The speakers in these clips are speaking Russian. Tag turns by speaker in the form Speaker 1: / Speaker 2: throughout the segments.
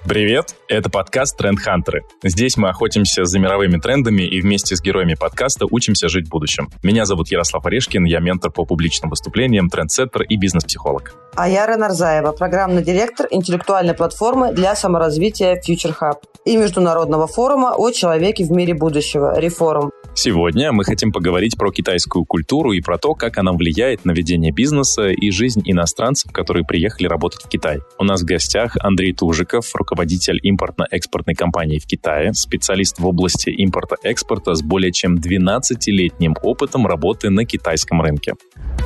Speaker 1: Привет, это подкаст «Тренд-хантеры». Здесь мы охотимся за мировыми трендами и вместе с героями подкаста учимся жить в будущем. Меня зовут Ярослав Орешкин, я ментор по публичным выступлениям, трендсеттер и бизнес-психолог.
Speaker 2: А я Рена Нарзаева, программный директор интеллектуальной платформы для саморазвития Future Hub и международного форума о человеке в мире будущего «Reforum».
Speaker 1: Сегодня мы хотим поговорить про китайскую культуру и про то, как она влияет на ведение бизнеса и жизнь иностранцев, которые приехали работать в Китай. У нас в гостях Андрей Тужиков, руководитель импортно-экспортной компании в Китае, специалист в области импорта-экспорта с более чем 12-летним опытом работы на китайском рынке.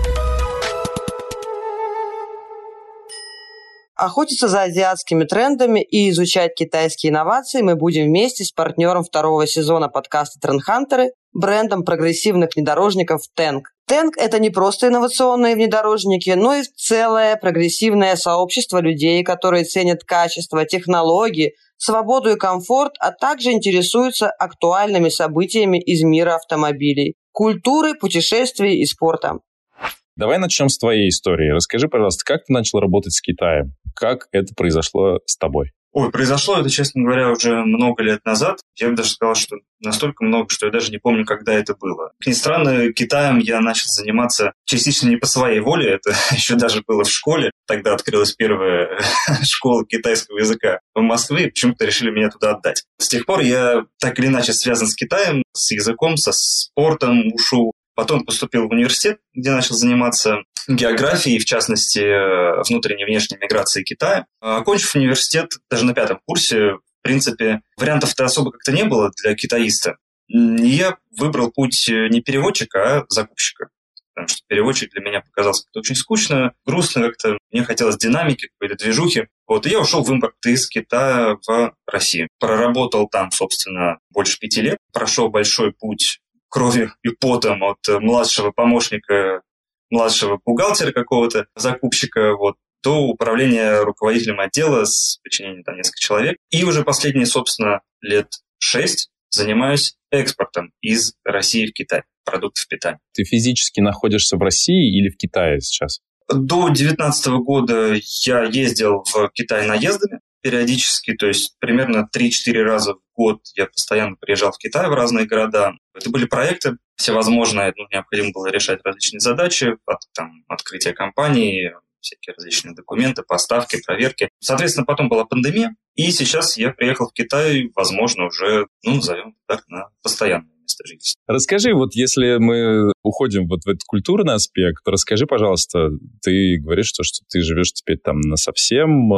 Speaker 2: Охотиться за азиатскими трендами и изучать китайские инновации мы будем вместе с партнером второго сезона подкаста «Тренд-хантеры», брендом прогрессивных внедорожников Tenk. Tenk – это не просто инновационные внедорожники, но и целое прогрессивное сообщество людей, которые ценят качество, технологии, свободу и комфорт, а также интересуются актуальными событиями из мира автомобилей, культуры, путешествий и спорта.
Speaker 1: Давай начнем с твоей истории. Расскажи, пожалуйста, как ты начал работать с Китаем? Как это произошло с тобой?
Speaker 3: Произошло это, честно говоря, уже много лет назад. Я бы даже сказал, что настолько много, что я даже не помню, когда это было. Как ни странно, Китаем я начал заниматься частично не по своей воле. Это еще даже было в школе. Тогда открылась первая школа китайского языка в Москве, и почему-то решили меня туда отдать. С тех пор я так или иначе связан с Китаем, с языком, со спортом, ушу. Потом поступил в университет, где начал заниматься географией, в частности, внутренней и внешней миграцией Китая. Окончив университет, даже на 5 курсе, в принципе, вариантов-то особо как-то не было для китаиста. И я выбрал путь не переводчика, а закупщика. Потому что переводчик для меня показался как-то очень скучно, грустно как-то. Мне хотелось динамики, какой-то движухи. И я ушел в импорт из Китая в Россию. Проработал там, собственно, больше 5 лет. Прошел большой путь кровью и потом от младшего помощника, младшего бухгалтера какого-то, закупщика, до управления руководителем отдела с подчинением нескольких человек. И уже последние, собственно, лет 6 занимаюсь экспортом из России в Китай продуктов питания.
Speaker 1: Ты физически находишься в России или в Китае сейчас?
Speaker 3: До 2019 года я ездил в Китай наездами периодически, то есть примерно 3-4 раза в год я постоянно приезжал в Китай в разные города. Это были проекты всевозможные, необходимо было решать различные задачи, от открытия компании, всякие различные документы, поставки, проверки. Соответственно, потом была пандемия, и сейчас я приехал в Китай, возможно, уже, назовем так, на постоянное место жительства.
Speaker 1: Расскажи, если мы уходим в этот культурный аспект, расскажи, пожалуйста, ты говоришь, что ты живешь теперь там насовсем.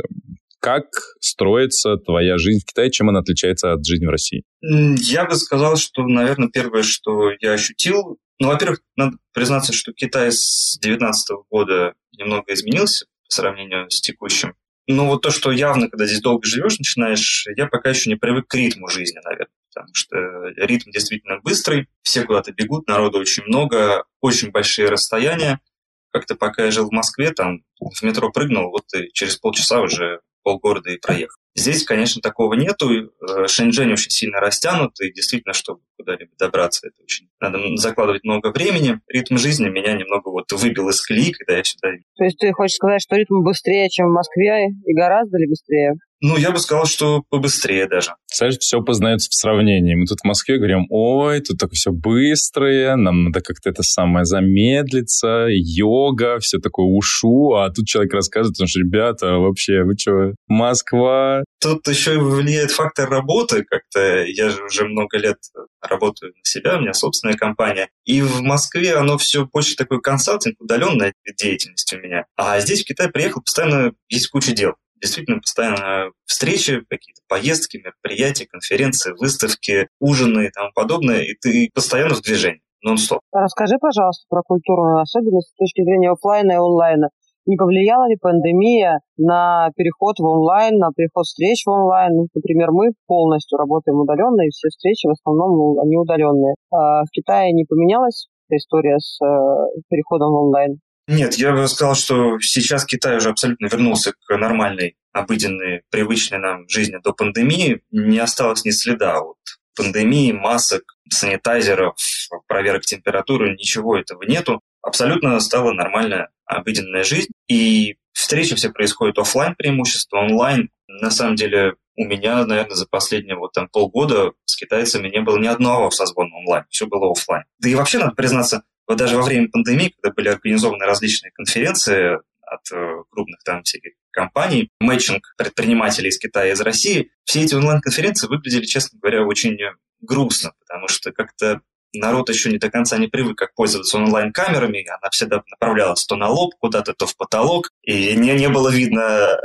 Speaker 1: Как строится твоя жизнь в Китае, чем она отличается от жизни в России?
Speaker 3: Я бы сказал, что, наверное, первое, что я ощутил, во-первых, надо признаться, что Китай с 2019 года немного изменился по сравнению с текущим. Но то, что явно, когда здесь долго живешь, начинаешь, я пока еще не привык к ритму жизни, наверное, потому что ритм действительно быстрый, все куда-то бегут, народу очень много, очень большие расстояния. Как-то пока я жил в Москве, в метро прыгнул, и через полчаса уже полгорода и проехал. Здесь, конечно, такого нету. Шэньчжэнь очень сильно растянут, и действительно, чтобы куда-либо добраться, это очень надо закладывать много времени. Ритм жизни меня немного выбил из колеи, когда я сюда...
Speaker 2: То есть ты хочешь сказать, что ритм быстрее, чем в Москве, и гораздо ли быстрее?
Speaker 3: Я бы сказал, что побыстрее даже.
Speaker 1: Кстати, все познается в сравнении. Мы тут в Москве говорим, тут такое все быстрое, нам надо как-то это самое замедлиться, йога, все такое ушу, а тут человек рассказывает, что, ребята, вообще, вы что, Москва?
Speaker 3: Тут еще и влияет фактор работы как-то. Я же уже много лет работаю на себя, у меня собственная компания. И в Москве оно все больше такой консалтинг, удаленная деятельность у меня. А здесь, в Китай приехал, постоянно есть куча дел. Действительно, постоянно встречи, какие-то поездки, мероприятия, конференции, выставки, ужины и тому подобное, и ты постоянно в движении, нон-стоп.
Speaker 2: Расскажи, пожалуйста, про культурную особенность с точки зрения офлайна и онлайна. Не повлияла ли пандемия на переход в онлайн, на переход встреч в онлайн? Например, мы полностью работаем удаленно, и все встречи в основном они удаленные. А в Китае не поменялась эта история с переходом в онлайн?
Speaker 3: Нет, я бы сказал, что сейчас Китай уже абсолютно вернулся к нормальной, обыденной, привычной нам жизни до пандемии. Не осталось ни следа от пандемии, масок, санитайзеров, проверок температуры, ничего этого нету. Абсолютно стала нормальная, обыденная жизнь. И встречи все происходят офлайн преимущество, онлайн На самом деле, у меня, наверное, за последние полгода с китайцами не было ни одного созвона онлайн, все было офлайн. Да и вообще, надо признаться, вот даже во время пандемии, когда были организованы различные конференции от крупных всяких компаний, мэтчинг предпринимателей из Китая и из России, все эти онлайн-конференции выглядели, честно говоря, очень грустно, потому что как-то народ еще не до конца не привык, как пользоваться онлайн-камерами, она всегда направлялась то на лоб куда-то, то в потолок, и не было видно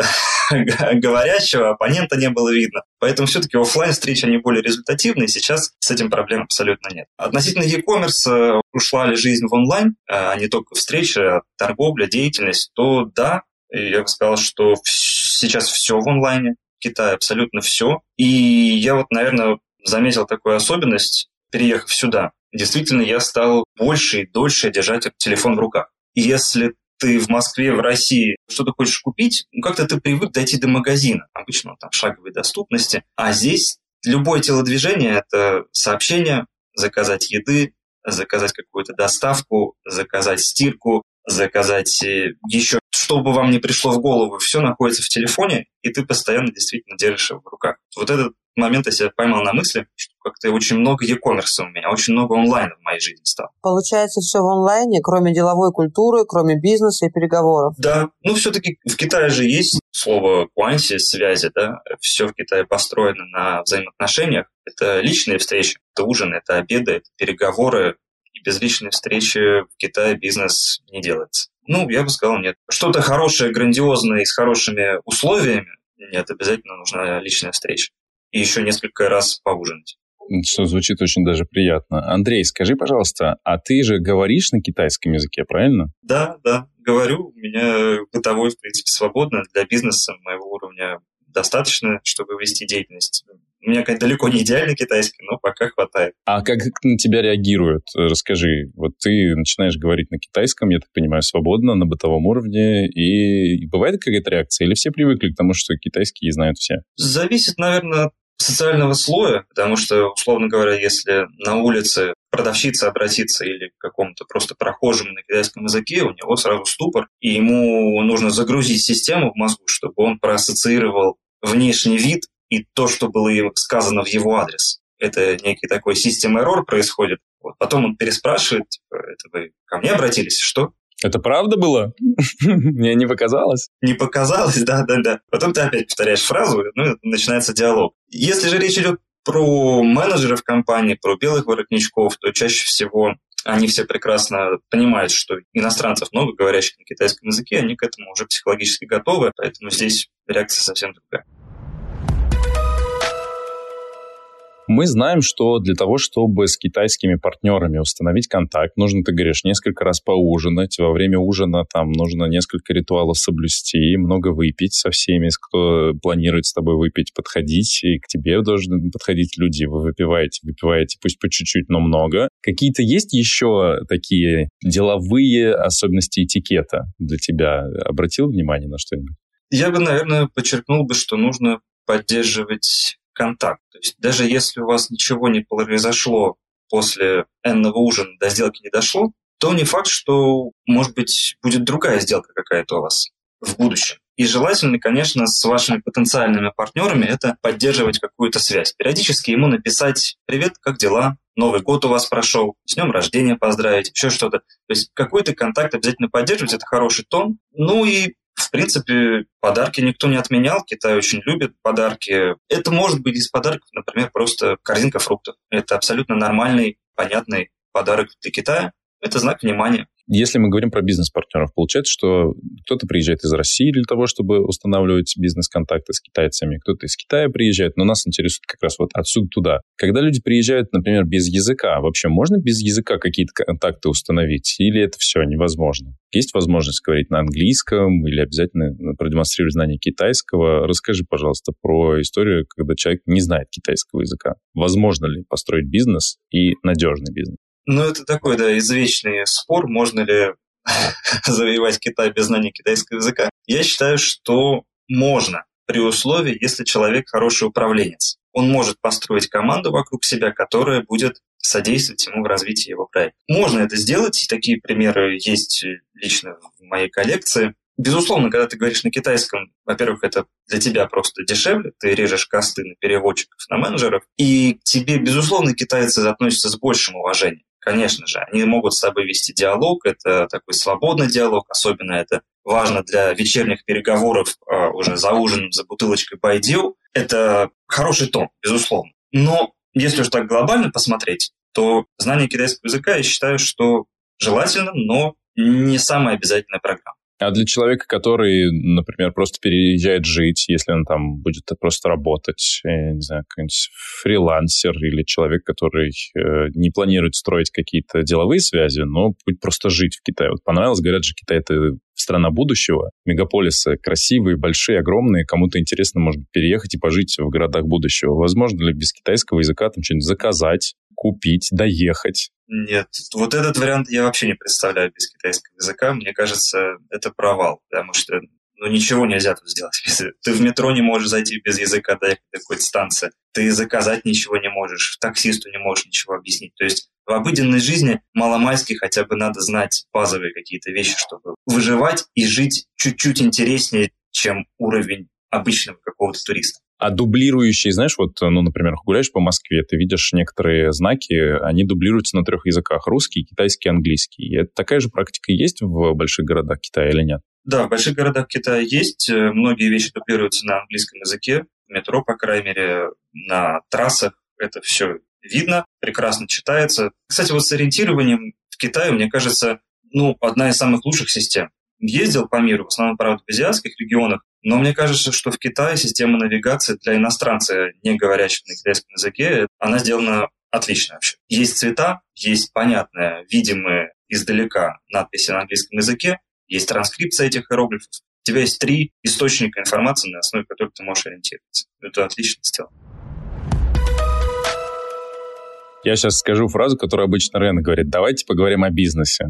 Speaker 3: говорящего, оппонента не было видно. Поэтому все-таки офлайн-встречи, они более результативные, сейчас с этим проблем абсолютно нет. Относительно e-commerce, ушла ли жизнь в онлайн, а не только встреча, торговля, деятельность, то да, я бы сказал, что сейчас все в онлайне, в Китае абсолютно все. И я наверное, заметил такую особенность, переехав сюда. Действительно, я стал больше и дольше держать телефон в руках. И если ты в Москве, в России что-то хочешь купить, как-то ты привык дойти до магазина. Обычно там шаговой доступности. А здесь любое телодвижение – это сообщение, заказать еды, заказать какую-то доставку, заказать стирку, заказать еще, что бы вам ни пришло в голову, все находится в телефоне, и ты постоянно действительно держишь его в руках. Вот этот момент я себя поймал на мысли, что как-то очень много e-commerce у меня, очень много онлайна в моей жизни стало.
Speaker 2: Получается, все в онлайне, кроме деловой культуры, кроме бизнеса и переговоров.
Speaker 3: Да, все-таки в Китае же есть слово «куанси», связи, да, все в Китае построено на взаимоотношениях. Это личные встречи, это ужины, это обеды, это переговоры, и без личной встречи в Китае бизнес не делается. Я бы сказал, нет. Что-то хорошее, грандиозное и с хорошими условиями, нет, обязательно нужна личная встреча. И еще несколько раз поужинать.
Speaker 1: Что звучит очень даже приятно. Андрей, скажи, пожалуйста, а ты же говоришь на китайском языке, правильно?
Speaker 3: Да, говорю. У меня бытовой, в принципе, свободно. Для бизнеса моего уровня достаточно, чтобы вести деятельность. У меня, конечно, далеко не идеальный китайский, но пока хватает.
Speaker 1: А как на тебя реагируют? Расскажи. Вот ты начинаешь говорить на китайском, я так понимаю, свободно, на бытовом уровне, и бывает какая-то реакция? Или все привыкли к тому, что китайский знают все?
Speaker 3: Зависит, наверное, от социального слоя, потому что, условно говоря, если на улице продавщица обратится или к какому-то просто прохожему на китайском языке, у него сразу ступор, и ему нужно загрузить систему в мозгу, чтобы он проассоциировал внешний вид и то, что было сказано в его адрес. Это некий такой систем-эррор происходит. Потом он переспрашивает, это вы ко мне обратились, что?
Speaker 1: Это правда было? Мне не показалось?
Speaker 3: Не показалось, да. Потом ты опять повторяешь фразу, начинается диалог. Если же речь идет про менеджеров компании, про белых воротничков, то чаще всего они все прекрасно понимают, что иностранцев много, говорящих на китайском языке, они к этому уже психологически готовы, поэтому здесь реакция совсем другая.
Speaker 1: Мы знаем, что для того, чтобы с китайскими партнерами установить контакт, нужно, ты говоришь, несколько раз поужинать. Во время ужина нужно несколько ритуалов соблюсти, много выпить со всеми, кто планирует с тобой выпить, подходить. И к тебе должны подходить люди. Вы выпиваете, пусть по чуть-чуть, но много. Какие-то есть еще такие деловые особенности этикета для тебя? Обратил внимание на что-нибудь?
Speaker 3: Я бы, наверное, подчеркнул что нужно поддерживать контакт. То есть даже если у вас ничего не произошло после энного ужина, до сделки не дошло, то не факт, что, может быть, будет другая сделка какая-то у вас в будущем. И желательно, конечно, с вашими потенциальными партнерами это поддерживать какую-то связь. Периодически ему написать «Привет, как дела? Новый год у вас прошел, с днем рождения поздравить», еще что-то. То есть какой-то контакт обязательно поддерживать, это хороший тон. И в принципе, подарки никто не отменял. Китай очень любит подарки. Это может быть из подарков, например, просто корзинка фруктов. Это абсолютно нормальный, понятный подарок для Китая. Это знак внимания.
Speaker 1: Если мы говорим про бизнес-партнеров, получается, что кто-то приезжает из России для того, чтобы устанавливать бизнес-контакты с китайцами, кто-то из Китая приезжает, но нас интересует как раз отсюда туда. Когда люди приезжают, например, без языка, вообще можно без языка какие-то контакты установить? Или это все невозможно? Есть возможность говорить на английском или обязательно продемонстрировать знание китайского? Расскажи, пожалуйста, про историю, когда человек не знает китайского языка. Возможно ли построить бизнес и надежный бизнес?
Speaker 3: Это такой, извечный спор, можно ли завоевать Китай без знания китайского языка. Я считаю, что можно, при условии, если человек хороший управленец. Он может построить команду вокруг себя, которая будет содействовать ему в развитии его проекта. Можно это сделать, и такие примеры есть лично в моей коллекции. Безусловно, когда ты говоришь на китайском, во-первых, это для тебя просто дешевле, ты режешь косты на переводчиков, на менеджеров, и к тебе, безусловно, китайцы относятся с большим уважением. Конечно же, они могут с тобой вести диалог, это такой свободный диалог, особенно это важно для вечерних переговоров уже за ужином, за бутылочкой байдиу. Это хороший тон, безусловно. Но если уж так глобально посмотреть, то знание китайского языка, я считаю, что желательно, но не самая обязательная программа.
Speaker 1: А для человека, который, например, просто переезжает жить, если он там будет просто работать, я не знаю, какой-нибудь фрилансер или человек, который не планирует строить какие-то деловые связи, но будет просто жить в Китае. Вот понравилось, говорят же, Китай — это страна будущего, мегаполисы красивые, большие, огромные, кому-то интересно, может быть, переехать и пожить в городах будущего. Возможно ли без китайского языка там что-нибудь заказать, купить, доехать?
Speaker 3: Нет, вот этот вариант я вообще не представляю без китайского языка. Мне кажется, это провал, потому что ничего нельзя тут сделать. Ты в метро не можешь зайти без языка до какой-то станции. Ты заказать ничего не можешь, таксисту не можешь ничего объяснить. То есть в обыденной жизни маломальски хотя бы надо знать базовые какие-то вещи, чтобы выживать и жить чуть-чуть интереснее, чем уровень обычного какого-то туриста.
Speaker 1: А дублирующие, знаешь, вот, например, гуляешь по Москве, ты видишь некоторые знаки, они дублируются на 3 языках: русский, китайский, английский. Это такая же практика есть в больших городах Китая или нет?
Speaker 3: Да, в больших городах Китая есть. Многие вещи дублируются на английском языке. В метро, по крайней мере, на трассах это все видно, прекрасно читается. Кстати, вот с ориентированием в Китае, мне кажется, одна из самых лучших систем. Ездил по миру, в основном, правда, в азиатских регионах, но мне кажется, что в Китае система навигации для иностранца, не говорящего на китайском языке, она сделана отлично вообще. Есть цвета, есть понятные, видимые издалека надписи на английском языке, есть транскрипция этих иероглифов. У тебя есть 3 источника информации, на основе которых ты можешь ориентироваться. Это отлично сделано.
Speaker 1: Я сейчас скажу фразу, которую обычно Рен говорит: давайте поговорим о бизнесе.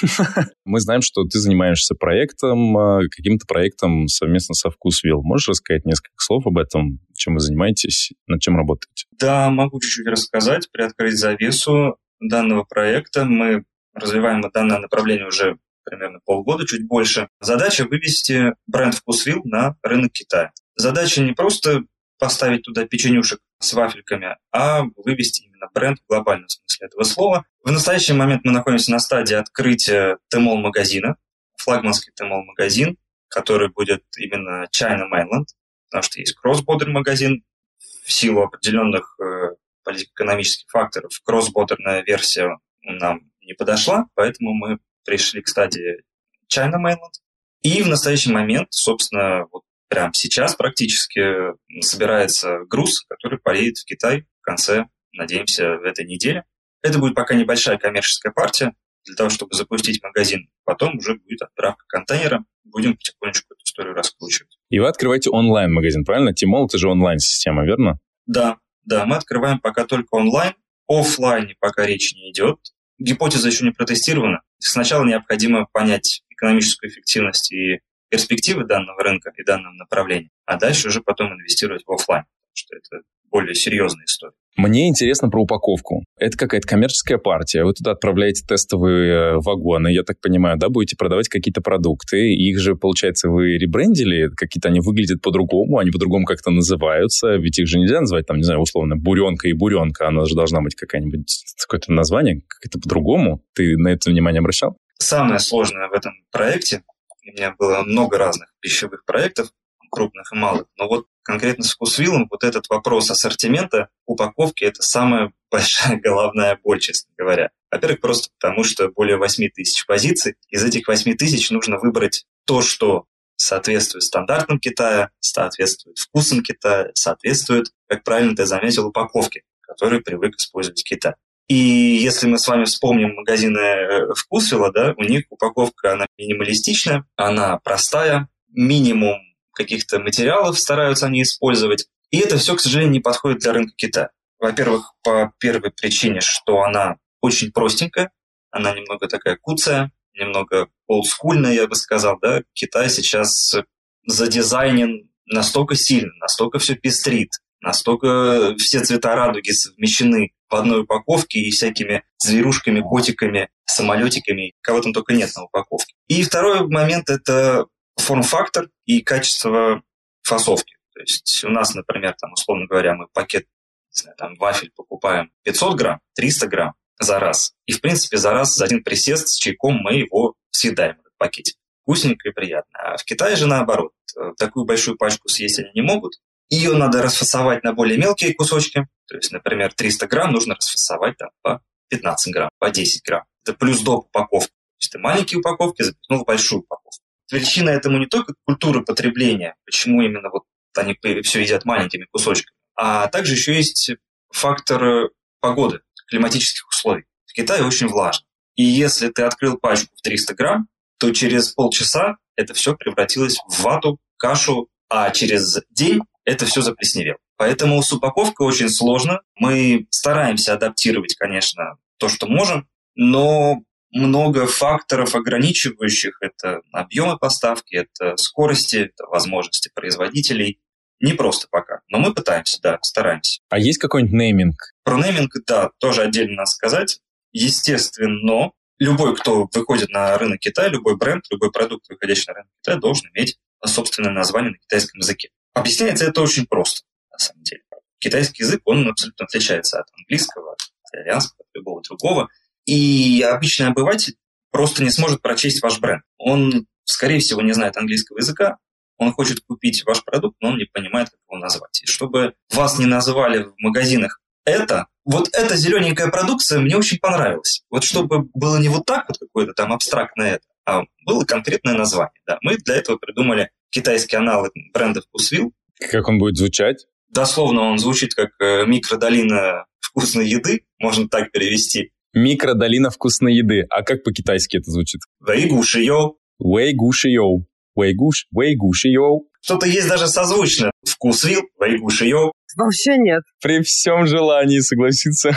Speaker 1: Мы знаем, что ты занимаешься проектом, каким-то проектом совместно со Вкусвилл. Можешь рассказать несколько слов об этом, чем вы занимаетесь, над чем работаете?
Speaker 3: Да, могу чуть-чуть рассказать, приоткрыть завесу данного проекта. Мы развиваем данное направление уже примерно полгода, чуть больше. Задача — вывести бренд Вкусвилл на рынок Китая. Задача не просто поставить туда печенюшек с вафельками, а вывести именно бренд в глобальном смысле этого слова. В настоящий момент мы находимся на стадии открытия Тмол-магазина, флагманский Тмол-магазин, который будет именно China Mainland, потому что есть cross-border магазин. В силу определенных политико-экономических факторов cross-borderная версия нам не подошла, поэтому мы пришли к стадии China Mainland. И в настоящий момент, собственно, вот прямо сейчас практически собирается груз, который поедет в Китай в конце, надеемся, в этой неделе. Это будет пока небольшая коммерческая партия для того, чтобы запустить магазин. Потом уже будет отправка контейнера. Будем потихонечку эту историю раскручивать.
Speaker 1: И вы открываете онлайн-магазин, правильно? Тмол — это же онлайн-система, верно?
Speaker 3: Да, мы открываем пока только онлайн. Оффлайне пока речь не идет. Гипотеза еще не протестирована. Сначала необходимо понять экономическую эффективность и перспективы данного рынка и данного направления, а дальше уже потом инвестировать в офлайн, потому что это более серьезная история.
Speaker 1: Мне интересно про упаковку. Это какая-то коммерческая партия. Вы туда отправляете тестовые вагоны, я так понимаю, да, будете продавать какие-то продукты. Их же, получается, вы ребрендили, какие-то они выглядят по-другому, они по-другому как-то называются. Ведь их же нельзя называть, там, не знаю, условно, буренка и буренка. Она же должна быть какое-нибудь какое-то название, как-то по-другому. Ты на это внимание обращал?
Speaker 3: Самое сложное в этом проекте, у меня было много разных пищевых проектов, крупных и малых, но вот конкретно с Вкусвиллом вот этот вопрос ассортимента, упаковки — это самая большая головная боль, честно говоря. Во-первых, просто потому, что более 8 тысяч позиций. Из этих 8 тысяч нужно выбрать то, что соответствует стандартам Китая, соответствует вкусам Китая, соответствует, как правильно ты заметил, упаковке, которую привык использовать Китай. И если мы с вами вспомним магазины Вкусвилла, да, у них упаковка, она минималистичная, она простая, минимум каких-то материалов стараются они использовать. И это все, к сожалению, не подходит для рынка Китая. Во-первых, по первой причине, что она очень простенькая, она немного такая куцая, немного олдскульная, я бы сказал, да. Китай сейчас задизайнен настолько сильно, настолько все пестрит, настолько все цвета радуги совмещены в одной упаковке и всякими зверушками, котиками, самолетиками, кого там только нет на упаковке. И второй момент — это форм-фактор и качество фасовки. То есть у нас, например, там, условно говоря, мы пакет, не знаю, там, вафель покупаем 500 грамм, 300 грамм за раз. И, в принципе, за раз, за один присест с чайком мы его съедаем, этот пакетик. Вкусненько и приятно. А в Китае же наоборот. Такую большую пачку съесть они не могут. Ее надо расфасовать на более мелкие кусочки. То есть, например, 300 грамм нужно расфасовать там, по 15 грамм, по 10 грамм. Это плюс доп. Упаковки. То есть ты маленькие упаковки запихнул в большую упаковку. Причина этому не только культура потребления, почему именно вот они все едят маленькими кусочками, а также еще есть фактор погоды, климатических условий. В Китае очень влажно. И если ты открыл пачку в 300 грамм, то через полчаса это все превратилось в вату, кашу, а через день это все заплесневело. Поэтому с упаковкой очень сложно. Мы стараемся адаптировать, конечно, то, что можем, но много факторов ограничивающих. Это объемы поставки, это скорости, это возможности производителей. Не просто пока, но мы пытаемся, да, стараемся.
Speaker 1: А есть какой-нибудь нейминг?
Speaker 3: Про нейминг, да, тоже отдельно надо сказать. Естественно, любой, кто выходит на рынок Китая, любой бренд, любой продукт, выходящий на рынок Китая, должен иметь собственное название на китайском языке. Объясняется это очень просто, на самом деле. Китайский язык, он абсолютно отличается от английского, от итальянского, от любого другого. И обычный обыватель просто не сможет прочесть ваш бренд. Он, скорее всего, не знает английского языка, он хочет купить ваш продукт, но он не понимает, как его назвать. И чтобы вас не называли в магазинах вот эта зелененькая продукция мне очень понравилась. Вот чтобы было не вот так вот какое-то там абстрактное это, а было конкретное название. Да. Мы для этого придумали китайский аналог бренда «Вкусвилл».
Speaker 1: Как он будет звучать?
Speaker 3: Дословно он звучит как микродолина вкусной еды, можно так перевести.
Speaker 1: Микродолина вкусной еды. А как по-китайски это звучит?
Speaker 3: Вэйгушиё.
Speaker 1: Вэйгушиё. Вэйгушиё.
Speaker 3: Что-то есть даже созвучно. «Вкусвилл», «Вэйгушиё».
Speaker 2: Вообще нет.
Speaker 1: При всем желании согласиться.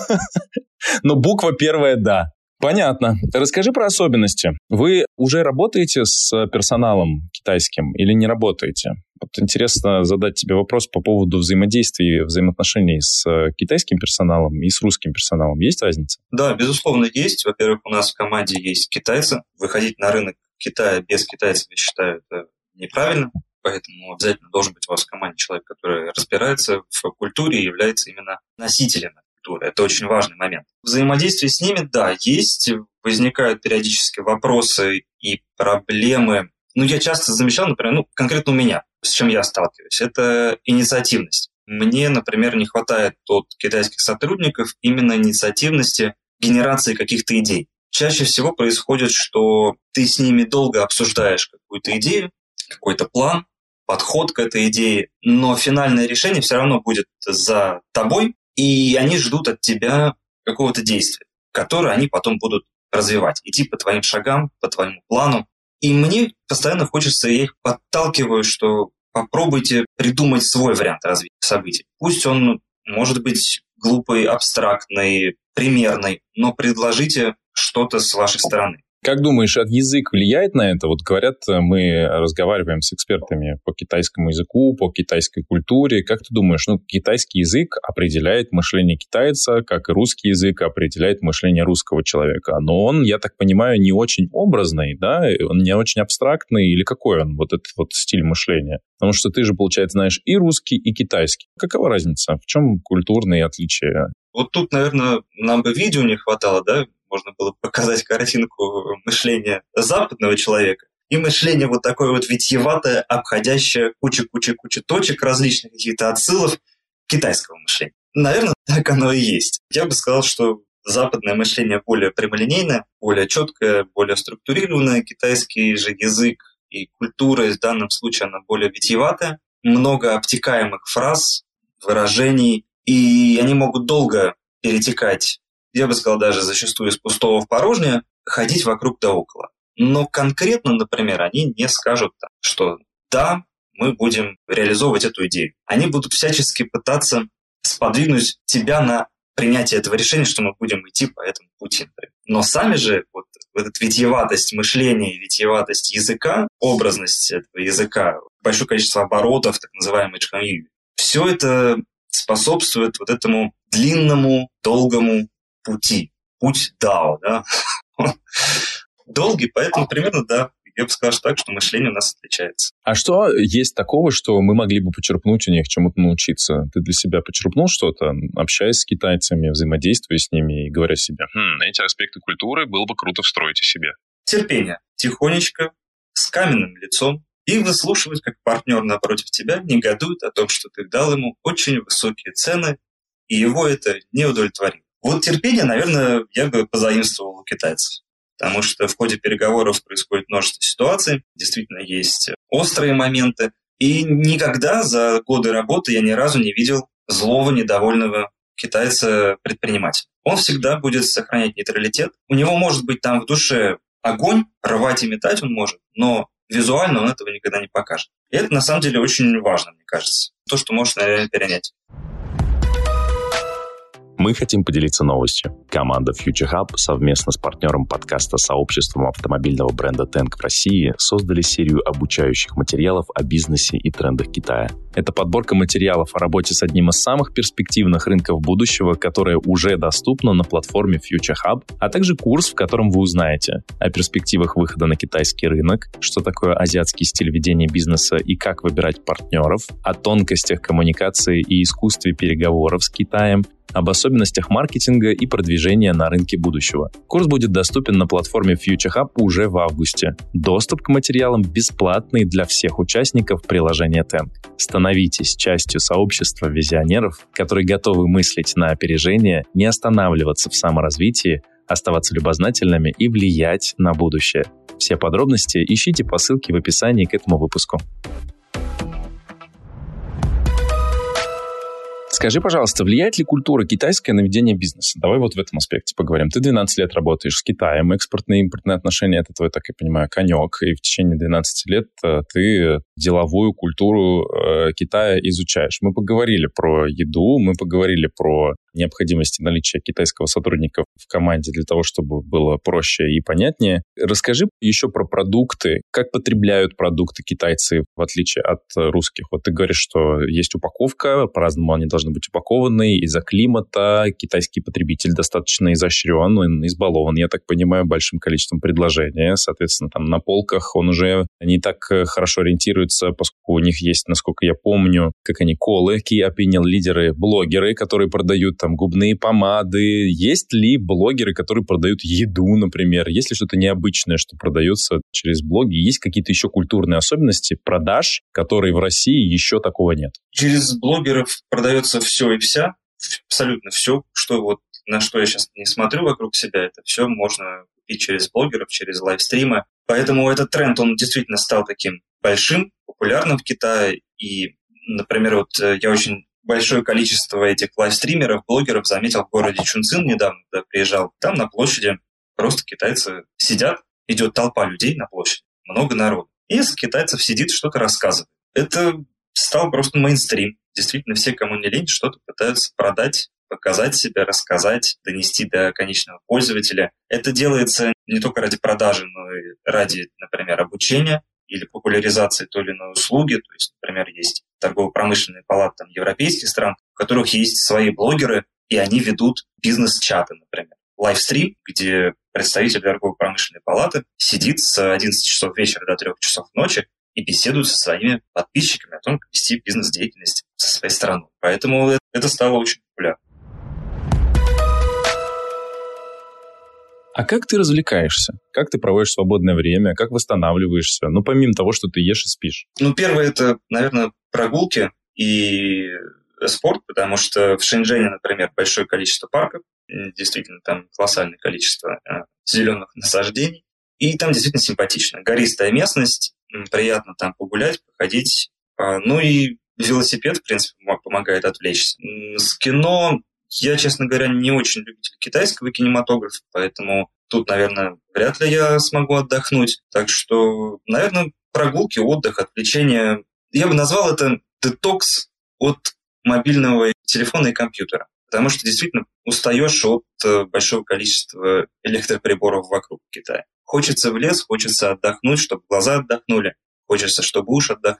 Speaker 1: Но буква первая «да». Понятно. Расскажи про особенности. Вы уже работаете с персоналом китайским или не работаете? Вот интересно задать тебе вопрос по поводу взаимодействия и взаимоотношений с китайским персоналом и с русским персоналом. Есть разница?
Speaker 3: Да, безусловно, есть. Во-первых, у нас в команде есть китайцы. Выходить на рынок Китая без китайцев, я считаю, это неправильно. Поэтому обязательно должен быть у вас в команде человек, который разбирается в культуре и является именно носителем культуры. Это очень важный момент. Взаимодействие с ними, да, есть. Возникают периодически вопросы и проблемы. Я часто замечал, например, конкретно у меня, с чем я сталкиваюсь, это инициативность. Мне, например, не хватает от китайских сотрудников именно инициативности генерации каких-то идей. Чаще всего происходит, что ты с ними долго обсуждаешь какую-то идею, какой-то план, подход к этой идее, но финальное решение все равно будет за тобой, и они ждут от тебя какого-то действия, которое они потом будут развивать, идти по твоим шагам, по твоему плану. И мне постоянно хочется, я их подталкиваю, что попробуйте придумать свой вариант развития событий. Пусть он может быть глупый, абстрактный, примерный, но предложите что-то с вашей стороны.
Speaker 1: Как думаешь, язык влияет на это? Вот говорят, мы разговариваем с экспертами по китайскому языку, по китайской культуре. Как ты думаешь, китайский язык определяет мышление китайца, как и русский язык определяет мышление русского человека. Но он, я так понимаю, не очень образный, да? Он не очень абстрактный, или какой он, вот этот вот стиль мышления? Потому что ты же, получается, знаешь и русский, и китайский. Какова разница? В чем культурные отличия?
Speaker 3: Вот тут, наверное, нам бы видео не хватало, да? Можно было показать картинку мышления западного человека и мышление вот такое вот витьеватое, обходящее куча точек различных, каких-то отсылов китайского мышления. Наверное, так оно и есть. Я бы сказал, что западное мышление более прямолинейное, более четкое, более структурированное. Китайский же язык и культура в данном случае она более витьеватая. Много обтекаемых фраз, выражений, и они могут долго перетекать, я бы сказал, даже зачастую из пустого в порожнее, ходить вокруг да около. Но конкретно, например, они не скажут, что да, мы будем реализовывать эту идею. Они будут всячески пытаться сподвигнуть тебя на принятие этого решения, что мы будем идти по этому пути. Но сами же вот эта витьеватость мышления, витьеватость языка, образность этого языка, большое количество оборотов, так называемый чханью, все это способствует вот этому длинному, долгому пути. Путь Дао, да. Долгий, поэтому примерно, да, я бы сказал так, что мышление у нас отличается.
Speaker 1: А что есть такого, что мы могли бы почерпнуть у них, чему-то научиться? Ты для себя почерпнул что-то, общаясь с китайцами, взаимодействуя с ними и говоря себе, эти аспекты культуры было бы круто встроить в себе?
Speaker 3: Терпение. Тихонечко, с каменным лицом, и выслушивать, как партнер напротив тебя негодует о том, что ты дал ему очень высокие цены, и его это не удовлетворило. Вот терпение, наверное, я бы позаимствовал у китайцев. Потому что в ходе переговоров происходит множество ситуаций, действительно есть острые моменты. И никогда за годы работы я ни разу не видел злого, недовольного китайца-предпринимателя. Он всегда будет сохранять нейтралитет. У него может быть там в душе огонь, рвать и метать он может, но визуально он этого никогда не покажет. И это на самом деле очень важно, мне кажется. То, что можно реально перенять.
Speaker 1: Мы хотим поделиться новостью. Команда Future Hub совместно с партнером подкаста сообществом автомобильного бренда Tenk в России создали серию обучающих материалов о бизнесе и трендах Китая. Это подборка материалов о работе с одним из самых перспективных рынков будущего, которая уже доступна на платформе Future Hub, а также курс, в котором вы узнаете о перспективах выхода на китайский рынок, что такое азиатский стиль ведения бизнеса и как выбирать партнеров, о тонкостях коммуникации и искусстве переговоров с Китаем, об особенностях маркетинга и продвижения на рынке будущего. Курс будет доступен на платформе Future Hub уже в августе. Доступ к материалам бесплатный для всех участников приложения Tenk. Становитесь частью сообщества визионеров, которые готовы мыслить на опережение, не останавливаться в саморазвитии, оставаться любознательными и влиять на будущее. Все подробности ищите по ссылке в описании к этому выпуску. Скажи, пожалуйста, влияет ли культура китайская на ведение бизнеса? Давай вот в этом аспекте поговорим. Ты 12 лет работаешь с Китаем, экспортные и импортные отношения – это твой, так я понимаю, конек, и в течение 12 лет ты деловую культуру Китая изучаешь. Мы поговорили про еду, мы поговорили про необходимость наличия китайского сотрудника в команде для того, чтобы было проще и понятнее. Расскажи еще про продукты. Как потребляют продукты китайцы, в отличие от русских? Вот ты говоришь, что есть упаковка, по-разному они должны быть упакованы из-за климата. Китайский потребитель достаточно изощрен, он избалован, я так понимаю, большим количеством предложений. Соответственно, там на полках он уже не так хорошо ориентируется, поскольку у них есть, насколько я помню, как они, колы, key opinion лидеры, блогеры, которые продают там губные помады. Есть ли блогеры, которые продают еду, например? Есть ли что-то необычное, что продается через блоги? Есть какие-то еще культурные особенности продаж, которые в России еще такого нет?
Speaker 3: Через блогеров продается все и вся, абсолютно все, что вот на что я сейчас не смотрю вокруг себя, это все можно купить через блогеров, через лайвстримы. Поэтому этот тренд, он действительно стал таким большим, популярным в Китае. И, например, вот я очень большое количество этих лайвстримеров, блогеров заметил в городе Чунцин недавно, когда приезжал. Там на площади просто китайцы сидят, идет толпа людей на площади, много народу. И из китайцев сидит, что-то рассказывает. Это стал просто мейнстрим. Действительно, все, кому не лень, что-то пытаются продать, показать себя, рассказать, донести до конечного пользователя. Это делается не только ради продажи, но и ради, например, обучения или популяризации той или иной услуги. То есть, например, есть торгово-промышленные палаты там, европейских стран, у которых есть свои блогеры, и они ведут бизнес-чаты, например. Лайвстрим, где представитель торгово-промышленной палаты сидит с 11 часов вечера до 3 часов ночи и беседует со своими подписчиками о том, как вести бизнес-деятельность со своей стороны. Поэтому это стало очень популярным.
Speaker 1: А как ты развлекаешься? Как ты проводишь свободное время? Как восстанавливаешься? Ну, помимо того, что ты ешь и спишь.
Speaker 3: Первое, это, наверное, прогулки и спорт, потому что в Шэньчжэне, например, большое количество парков, действительно, там колоссальное количество зеленых насаждений, и там действительно симпатично. Гористая местность, приятно там погулять, походить. И велосипед, в принципе, помогает отвлечься. С кино я, честно говоря, не очень любитель китайского кинематографа, поэтому тут, наверное, вряд ли я смогу отдохнуть. Так что, наверное, прогулки, отдых, отвлечение. Я бы назвал это детокс от мобильного телефона и компьютера. Потому что действительно устаешь от большого количества электроприборов вокруг Китая. Хочется в лес, хочется отдохнуть, чтобы глаза отдохнули. Хочется, чтобы уши отдохнули.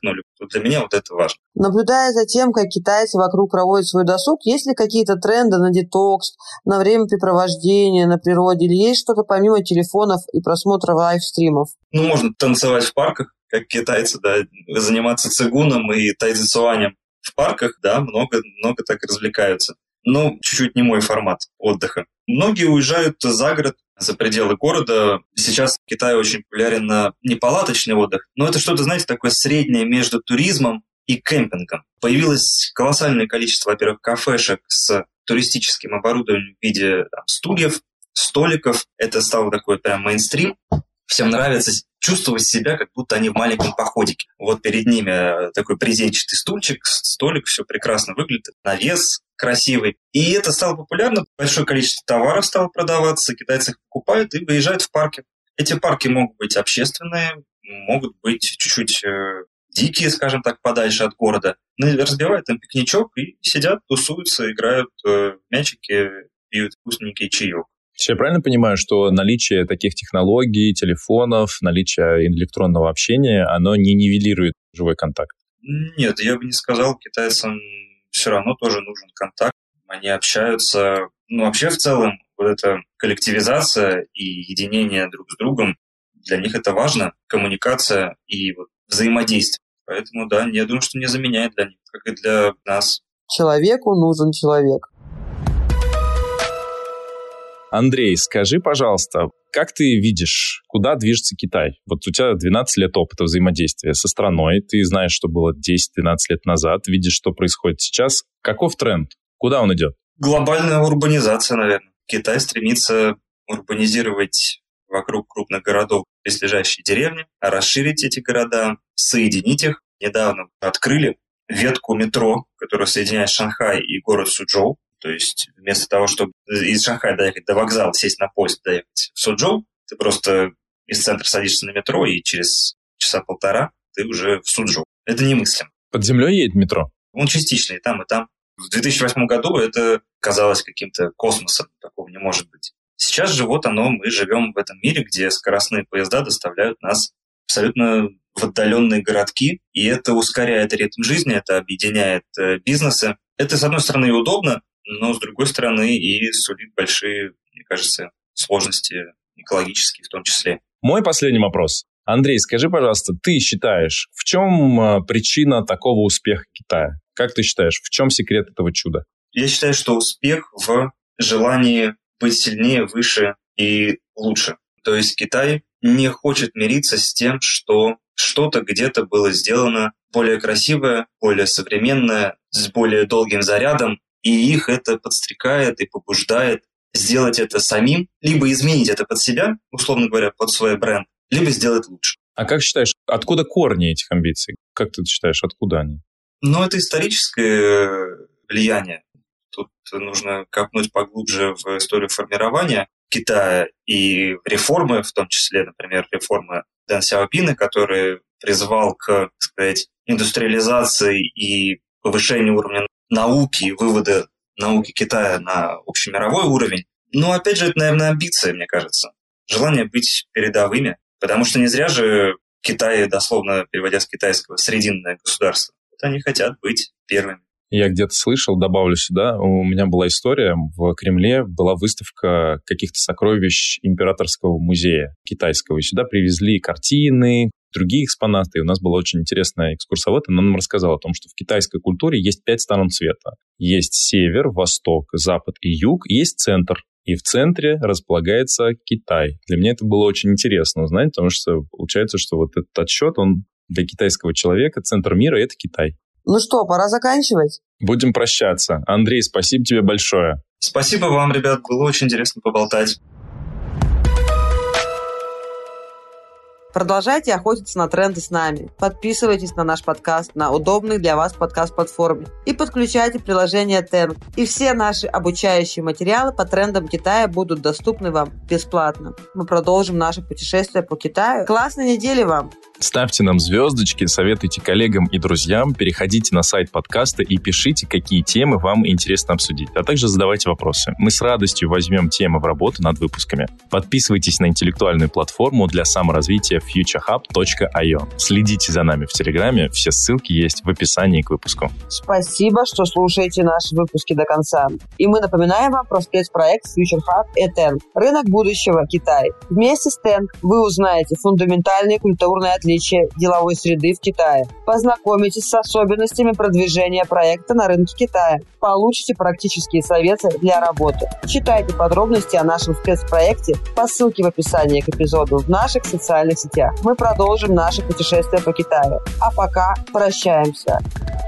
Speaker 3: Вот для меня вот это важно.
Speaker 2: Наблюдая за тем, как китайцы вокруг проводят свой досуг, есть ли какие-то тренды на детокс, на времяпрепровождение на природе, или есть что-то помимо телефонов и просмотра лайвстримов?
Speaker 3: Можно танцевать в парках, как китайцы, да, заниматься цигуном и тайцзицуанем в парках, да, много так развлекаются. Но чуть-чуть не мой формат отдыха. Многие уезжают за город, за пределы города. Сейчас в Китае очень популярен не палаточный отдых, но это что-то, знаете, такое среднее между туризмом и кемпингом. Появилось колоссальное количество, во-первых, кафешек с туристическим оборудованием в виде стульев, столиков. Это стало такой прям мейнстрим. Всем нравится чувствовать себя, как будто они в маленьком походике. Вот перед ними такой брезентчатый стульчик, столик, все прекрасно выглядит, навес красивый. И это стало популярно, большое количество товаров стало продаваться, китайцы их покупают и выезжают в парки. Эти парки могут быть общественные, могут быть чуть-чуть дикие, скажем так, подальше от города. Разбивают там пикничок и сидят, тусуются, играют в мячики, пьют вкусненький чаек.
Speaker 1: Я правильно понимаю, что наличие таких технологий, телефонов, наличие электронного общения, оно не нивелирует живой контакт?
Speaker 3: Нет, я бы не сказал, китайцам все равно тоже нужен контакт. Они общаются, вообще в целом вот эта коллективизация и единение друг с другом, для них это важно, коммуникация и вот взаимодействие. Поэтому, да, я думаю, что не заменяет для них, как и для нас.
Speaker 2: Человеку нужен человек.
Speaker 1: Андрей, скажи, пожалуйста, как ты видишь, куда движется Китай? Вот у тебя 12 лет опыта взаимодействия со страной, ты знаешь, что было 10-12 лет назад, видишь, что происходит сейчас. Каков тренд? Куда он идет?
Speaker 3: Глобальная урбанизация, наверное. Китай стремится урбанизировать вокруг крупных городов близлежащие деревни, расширить эти города, соединить их. Недавно открыли ветку метро, которая соединяет Шанхай и город Суджоу. То есть вместо того, чтобы из Шанхая доехать до вокзала, сесть на поезд, доехать в Суджоу, ты просто из центра садишься на метро, и через часа полтора ты уже в Суджоу. Это немыслимо.
Speaker 1: Под землей едет метро?
Speaker 3: Он частично и там, и там. В 2008 году это казалось каким-то космосом, такого не может быть. Сейчас же вот мы живем в этом мире, где скоростные поезда доставляют нас абсолютно в отдаленные городки, и это ускоряет ритм жизни, это объединяет бизнесы. Это, с одной стороны, и удобно, но, с другой стороны, и сулит большие, мне кажется, сложности экологические в том числе.
Speaker 1: Мой последний вопрос. Андрей, скажи, пожалуйста, ты считаешь, в чем причина такого успеха Китая? Как ты считаешь, в чем секрет этого чуда?
Speaker 3: Я считаю, что успех в желании быть сильнее, выше и лучше. То есть Китай не хочет мириться с тем, что что-то где-то было сделано более красивое, более современное, с более долгим зарядом, и их это подстрекает и побуждает сделать это самим, либо изменить это под себя, условно говоря, под свой бренд, либо сделать лучше.
Speaker 1: А как считаешь, откуда корни этих амбиций? Как ты считаешь, откуда они?
Speaker 3: Это историческое влияние. Тут нужно копнуть поглубже в историю формирования Китая и реформы, в том числе, например, реформы Дэн Сяопина, который призвал к, так сказать, индустриализации и повышению уровня науки, вывода науки Китая на общемировой уровень. Опять же, это, наверное, амбиции, мне кажется. Желание быть передовыми. Потому что не зря же Китай, дословно переводя с китайского, срединное государство. Они хотят быть первыми.
Speaker 1: Я где-то слышал, добавлю сюда, у меня была история, в Кремле была выставка каких-то сокровищ императорского музея китайского. И сюда привезли картины, другие экспонаты. И у нас была очень интересная экскурсовод, она нам рассказала о том, что в китайской культуре есть 5 сторон света. Есть север, восток, запад и юг, есть центр. И в центре располагается Китай. Для меня это было очень интересно узнать, потому что получается, что вот этот отсчет, он для китайского человека, центр мира — это Китай.
Speaker 2: Пора заканчивать.
Speaker 1: Будем прощаться. Андрей, спасибо тебе большое.
Speaker 3: Спасибо вам, ребят, было очень интересно поболтать.
Speaker 2: Продолжайте охотиться на тренды с нами. Подписывайтесь на наш подкаст на удобной для вас подкаст-платформе и подключайте приложение Тенк. И все наши обучающие материалы по трендам Китая будут доступны вам бесплатно. Мы продолжим наше путешествие по Китаю. Классной недели вам!
Speaker 1: Ставьте нам звездочки, советуйте коллегам и друзьям, переходите на сайт подкаста и пишите, какие темы вам интересно обсудить, а также задавайте вопросы. Мы с радостью возьмем темы в работу над выпусками. Подписывайтесь на интеллектуальную платформу для саморазвития futurehub.io. Следите за нами в Телеграме, все ссылки есть в описании к выпуску.
Speaker 2: Спасибо, что слушаете наши выпуски до конца. И мы напоминаем вам про спецпроект Future Hub и Tenk. Рынок будущего Китай. Вместе с Tenk вы узнаете фундаментальные культурные отличия деловой среды в Китае, познакомитесь с особенностями продвижения проекта на рынке Китая, получите практические советы для работы. Читайте подробности о нашем спецпроекте по ссылке в описании к эпизоду в наших социальных сетях. Мы продолжим наше путешествие по Китаю. А пока прощаемся.